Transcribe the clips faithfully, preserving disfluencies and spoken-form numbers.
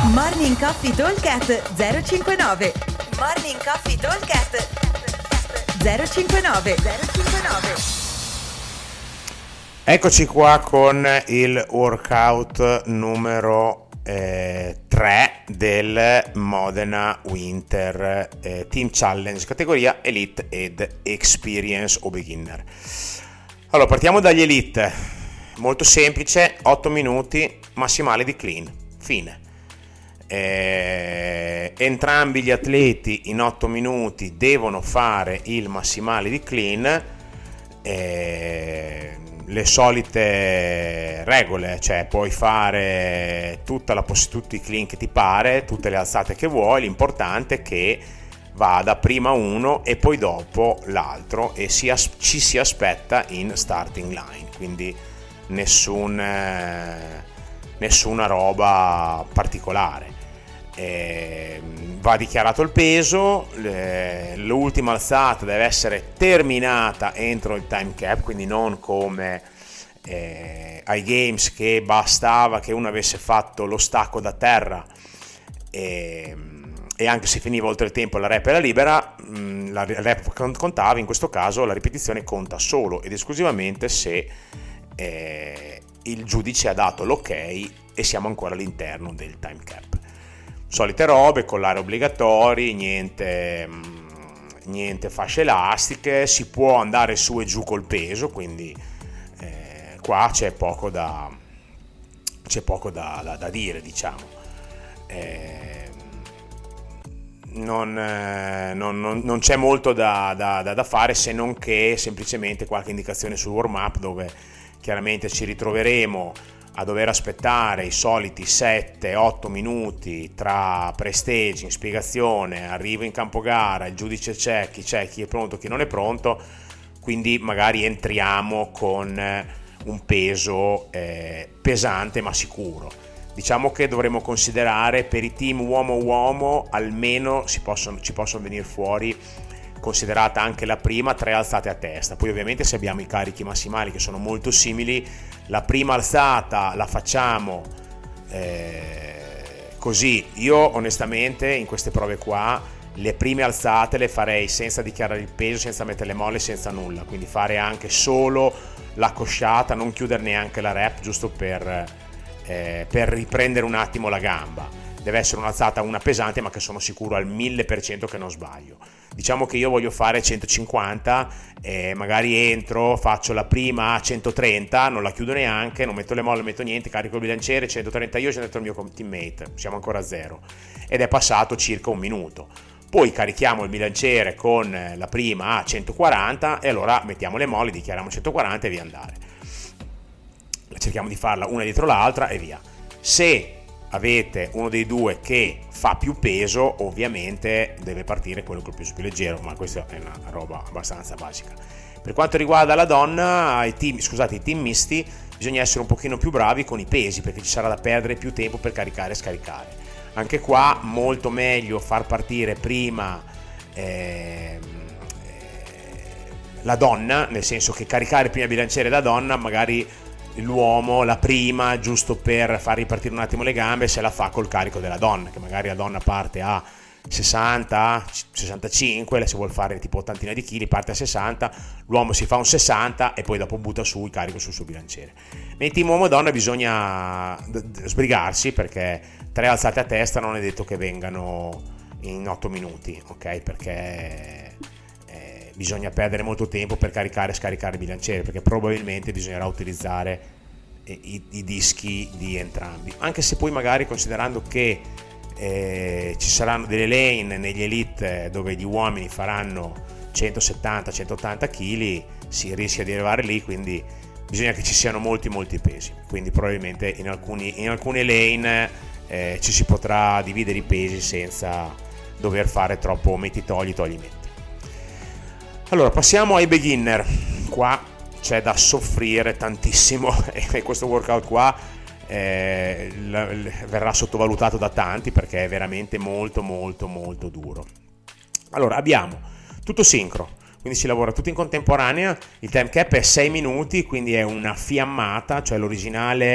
Morning Coffee Talkcast zero cinquantanove. Morning Coffee Talkcast zero cinquantanove. zero cinquantanove. Eccoci qua con il workout numero eh, tre del Modena Winter eh, Team Challenge categoria Elite ed Experience o Beginner. Allora, partiamo dagli Elite. Molto semplice, otto minuti massimale di clean, fine. Eh, entrambi gli atleti in otto minuti devono fare il massimale di clean. Eh, le solite regole, cioè puoi fare tutta la poss- tutti i clean che ti pare, tutte le alzate che vuoi, l'importante è che vada prima uno e poi dopo l'altro e si as- ci si aspetta in starting line, quindi nessun, eh, nessuna roba particolare. Eh, va dichiarato il peso, le, l'ultima alzata deve essere terminata entro il time cap, quindi non come eh, ai games che bastava che uno avesse fatto lo stacco da terra e, e anche se finiva oltre il tempo la rep era libera, mh, la rep contava. In questo caso la ripetizione conta solo ed esclusivamente se eh, il giudice ha dato l'ok e siamo ancora all'interno del time cap. Solite robe, collare obbligatori, niente, niente fasce elastiche, si può andare su e giù col peso, quindi eh, qua c'è poco da, c'è poco da, da, da dire, diciamo. Eh, non, eh, non, non, non c'è molto da, da, da fare, se non che semplicemente qualche indicazione sul warm-up, dove chiaramente ci ritroveremo a dover aspettare i soliti sette otto minuti tra pre-staging, spiegazione, arrivo in campo gara, il giudice c'è, chi c'è, chi è pronto, chi non è pronto, quindi magari entriamo con un peso eh, pesante ma sicuro. Diciamo che dovremmo considerare per i team uomo-uomo almeno si possono, ci possono venire fuori, considerata anche la prima, tre alzate a testa. Poi ovviamente se abbiamo i carichi massimali che sono molto simili, la prima alzata la facciamo eh, così. Io onestamente in queste prove qua le prime alzate le farei senza dichiarare il peso, senza mettere le molle, senza nulla, quindi fare anche solo la cosciata, non chiudere neanche la rep, giusto per, eh, per riprendere un attimo la gamba. Deve essere un'alzata una pesante, ma che sono sicuro al mille per cento che non sbaglio. Diciamo che io voglio fare centocinquanta, eh, magari entro, faccio la prima a centotrenta, non la chiudo neanche, non metto le molle, non metto niente, carico il bilanciere, centotrenta io, centotrenta il mio teammate, siamo ancora a zero. Ed è passato circa un minuto. Poi carichiamo il bilanciere con la prima a centoquaranta e allora mettiamo le molle, dichiariamo centoquaranta e via andare. Cerchiamo di farla una dietro l'altra e via. Se avete uno dei due che fa più peso, ovviamente deve partire quello col peso più leggero, ma questa è una roba abbastanza basica. Per quanto riguarda la donna, i team, scusate, i team misti, bisogna essere un pochino più bravi con i pesi, perché ci sarà da perdere più tempo per caricare e scaricare. Anche qua molto meglio far partire prima eh, la donna, nel senso che caricare prima il bilanciere da donna, magari l'uomo la prima, giusto per far ripartire un attimo le gambe, se la fa col carico della donna, che magari la donna parte a sessanta sessantacinque, se vuol fare tipo ottantina di chili parte a sessanta, l'uomo si fa un sessanta e poi dopo butta su il carico sul suo bilanciere. Nei team uomo e donna bisogna sbrigarsi, perché tre alzate a testa non è detto che vengano in otto minuti, ok? Perché bisogna perdere molto tempo per caricare e scaricare il bilanciere, perché probabilmente bisognerà utilizzare i, i dischi di entrambi, anche se poi magari considerando che eh, ci saranno delle lane negli elite dove gli uomini faranno centosettanta centottanta kg, si rischia di arrivare lì, quindi bisogna che ci siano molti molti pesi, quindi probabilmente in, alcuni, in alcune lane eh, ci si potrà dividere i pesi senza dover fare troppo metti togli togli metti. Allora, passiamo ai beginner. Qua c'è da soffrire tantissimo e questo workout qua eh, l- l- verrà sottovalutato da tanti perché è veramente molto molto molto duro. Allora, abbiamo tutto sincro, quindi si lavora tutto in contemporanea. Il time cap è sei minuti, quindi è una fiammata, cioè l'originale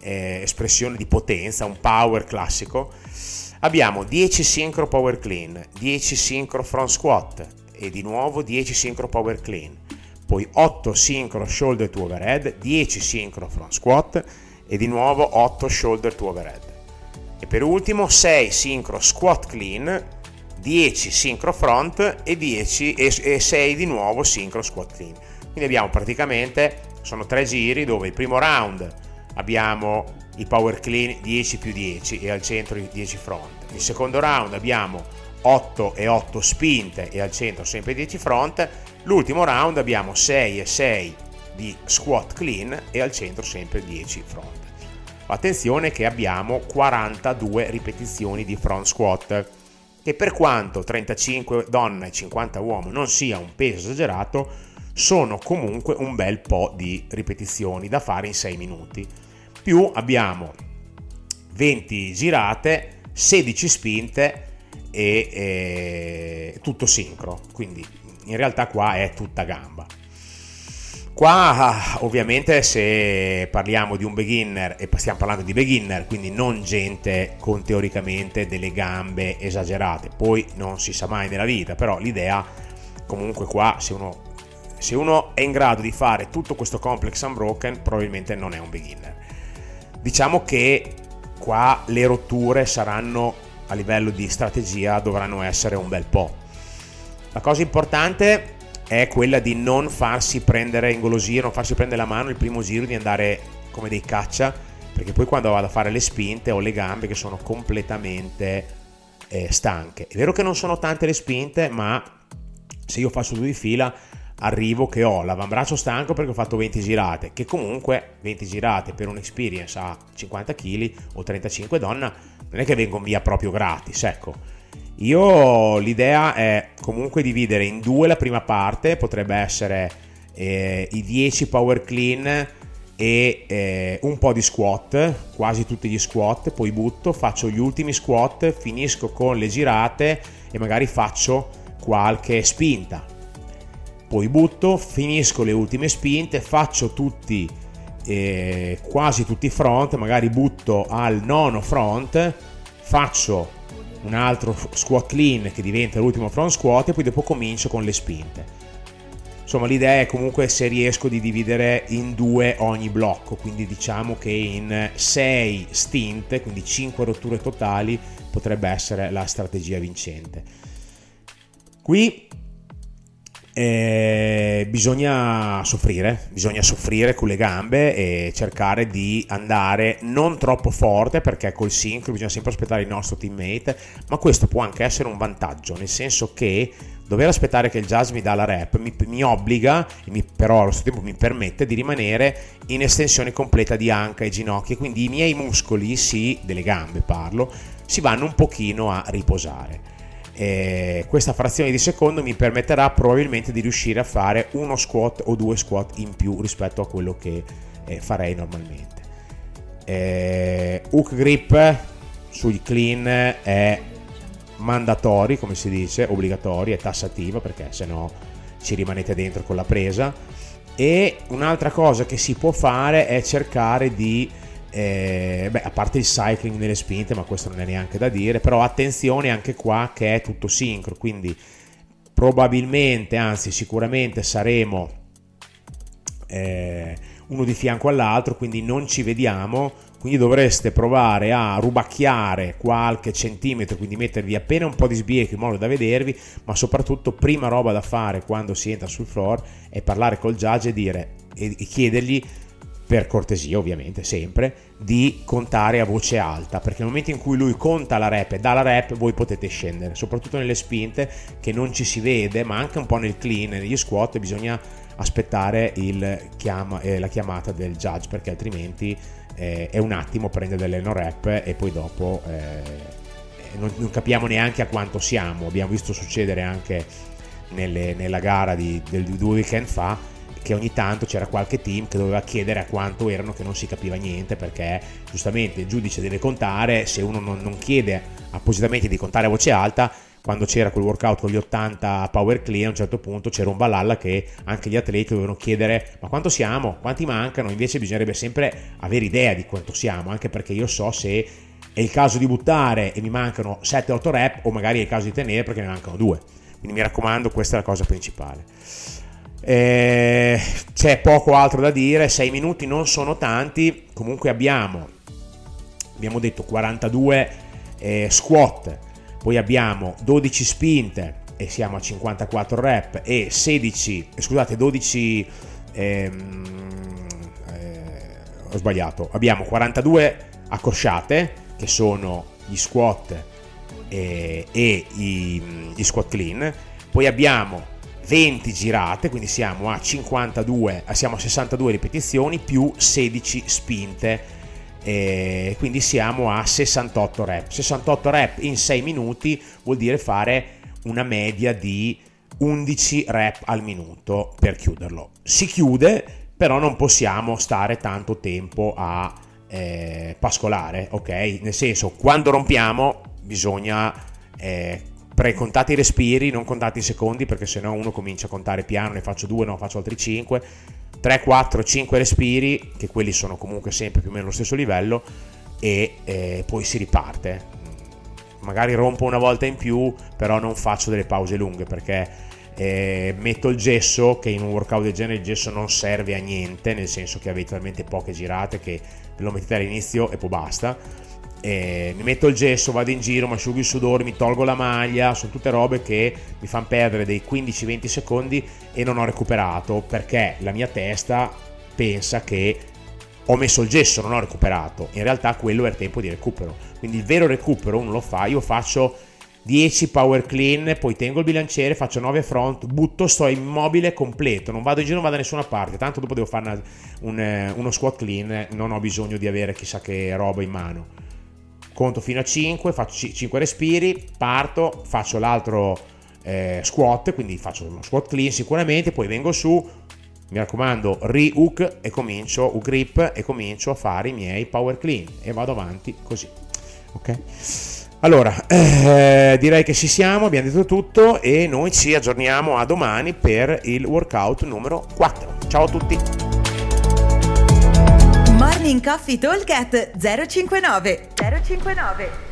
eh, espressione di potenza, un power classico, abbiamo dieci synchro power clean, dieci synchro front squat e di nuovo dieci synchro power clean, poi otto synchro shoulder to overhead, dieci synchro front squat e di nuovo otto shoulder to overhead. E per ultimo sei synchro squat clean, dieci synchro front e dieci e sei di nuovo synchro squat clean. Quindi abbiamo praticamente, sono tre giri dove il primo round abbiamo i power clean dieci più dieci e al centro i dieci front. Il secondo round abbiamo otto e otto spinte e al centro sempre dieci front. L'ultimo round abbiamo sei e sei di squat clean e al centro sempre dieci front. Attenzione che abbiamo quarantadue ripetizioni di front squat, che per quanto trentacinque donna e cinquanta uomo non sia un peso esagerato, sono comunque un bel po' di ripetizioni da fare in sei minuti. Più abbiamo venti girate, sedici spinte e, e tutto sincro, quindi in realtà qua è tutta gamba. Qua ovviamente se parliamo di un beginner, e stiamo parlando di beginner, quindi non gente con teoricamente delle gambe esagerate, poi non si sa mai nella vita, però l'idea comunque qua, se uno, se uno è in grado di fare tutto questo complex unbroken, probabilmente non è un beginner. Diciamo che qua le rotture saranno, a livello di strategia, dovranno essere un bel po'. La cosa importante è quella di non farsi prendere, ingolosire, non farsi prendere la mano il primo giro, di andare come dei caccia, perché poi quando vado a fare le spinte ho le gambe che sono completamente eh, stanche. È vero che non sono tante le spinte, ma se io faccio due di fila arrivo che ho l'avambraccio stanco perché ho fatto venti girate, che comunque venti girate per un experience a cinquanta chili o trentacinque donna non è che vengono via proprio gratis, ecco. Io l'idea è comunque dividere in due la prima parte, potrebbe essere eh, i dieci power clean e eh, un po' di squat, quasi tutti gli squat, poi butto, faccio gli ultimi squat, finisco con le girate e magari faccio qualche spinta, poi butto, finisco le ultime spinte, faccio tutti eh, quasi tutti i front, magari butto al nono front, faccio un altro squat clean che diventa l'ultimo front squat e poi dopo comincio con le spinte. Insomma, l'idea è comunque, se riesco, di dividere in due ogni blocco, quindi diciamo che in sei stint, quindi cinque rotture totali, potrebbe essere la strategia vincente. Qui Eh, bisogna soffrire, bisogna soffrire con le gambe e cercare di andare non troppo forte, perché col sincro bisogna sempre aspettare il nostro teammate, ma questo può anche essere un vantaggio, nel senso che dover aspettare che il judge mi dà la rep mi, mi obbliga, mi, però allo stesso tempo mi permette di rimanere in estensione completa di anca e ginocchia, quindi i miei muscoli, sì, delle gambe parlo, si vanno un pochino a riposare. E questa frazione di secondo mi permetterà probabilmente di riuscire a fare uno squat o due squat in più rispetto a quello che eh, farei normalmente. Eh, hook grip sui clean è mandatori, come si dice, obbligatoria, è tassativa, perché se no ci rimanete dentro con la presa. E un'altra cosa che si può fare è cercare di Eh, beh, a parte il cycling nelle spinte, ma questo non è neanche da dire, però attenzione anche qua che è tutto sincro, quindi probabilmente, anzi sicuramente saremo eh, uno di fianco all'altro, quindi non ci vediamo, quindi dovreste provare a rubacchiare qualche centimetro, quindi mettervi appena un po' di sbieco in modo da vedervi, ma soprattutto prima roba da fare quando si entra sul floor è parlare col judge e dire e, e chiedergli, per cortesia ovviamente sempre, di contare a voce alta, perché nel momento in cui lui conta la rep e dà la rep voi potete scendere, soprattutto nelle spinte che non ci si vede, ma anche un po' nel clean, negli squat bisogna aspettare il chiama, eh, la chiamata del judge, perché altrimenti eh, è un attimo prendere delle no rep e poi dopo eh, non, non capiamo neanche a quanto siamo. Abbiamo visto succedere anche nelle, nella gara di, del due weekend fa, che ogni tanto c'era qualche team che doveva chiedere a quanto erano, che non si capiva niente, perché giustamente il giudice deve contare, se uno non, non chiede appositamente di contare a voce alta, quando c'era quel workout con gli ottanta power clean, a un certo punto c'era un Valhalla che anche gli atleti dovevano chiedere ma quanto siamo, quanti mancano, invece bisognerebbe sempre avere idea di quanto siamo, anche perché io so se è il caso di buttare e mi mancano sette otto rep o magari è il caso di tenere perché ne mancano due, quindi mi raccomando, questa è la cosa principale. Eh, c'è poco altro da dire, sei minuti non sono tanti, comunque abbiamo abbiamo detto quarantadue eh, squat, poi abbiamo dodici spinte e siamo a cinquantaquattro rep e sedici, scusate, dodici ehm, eh, ho sbagliato, abbiamo quarantadue accosciate che sono gli squat e, e i, gli squat clean, poi abbiamo venti girate, quindi siamo a cinquantadue, siamo a sessantadue ripetizioni più sedici spinte, e quindi siamo a sessantotto rep. sessantotto rep in sei minuti vuol dire fare una media di undici rep al minuto per chiuderlo. Si chiude, però non possiamo stare tanto tempo a eh, pascolare, ok? Nel senso, quando rompiamo bisogna eh, precontare i respiri, non contate i secondi, perché sennò uno comincia a contare piano, ne faccio due, no, faccio altri cinque, tre, quattro, cinque respiri, che quelli sono comunque sempre più o meno allo stesso livello, e eh, poi si riparte. Magari rompo una volta in più, però non faccio delle pause lunghe, perché eh, metto il gesso, che in un workout del genere il gesso non serve a niente, nel senso che avete talmente poche girate che lo mettete all'inizio e poi basta. E mi metto il gesso, vado in giro, mi asciugo il sudore, mi tolgo la maglia, sono tutte robe che mi fanno perdere dei quindici venti secondi e non ho recuperato, perché la mia testa pensa che ho messo il gesso, non ho recuperato. In realtà quello è il tempo di recupero, quindi il vero recupero uno lo fa. Io faccio dieci power clean, poi tengo il bilanciere, faccio nove front, butto, sto immobile completo, non vado in giro, non vado da nessuna parte, tanto dopo devo fare una, un, uno squat clean, non ho bisogno di avere chissà che roba in mano. Conto fino a cinque, faccio cinque respiri, parto, faccio l'altro eh, squat, quindi faccio uno squat clean sicuramente, poi vengo su, mi raccomando, re-hook e comincio, hook grip, e comincio a fare i miei power clean e vado avanti così, ok? Allora, eh, direi che ci siamo, abbiamo detto tutto e noi ci aggiorniamo a domani per il workout numero quattro. Ciao a tutti! Morning Coffee Talk at zero cinquantanove zero cinquantanove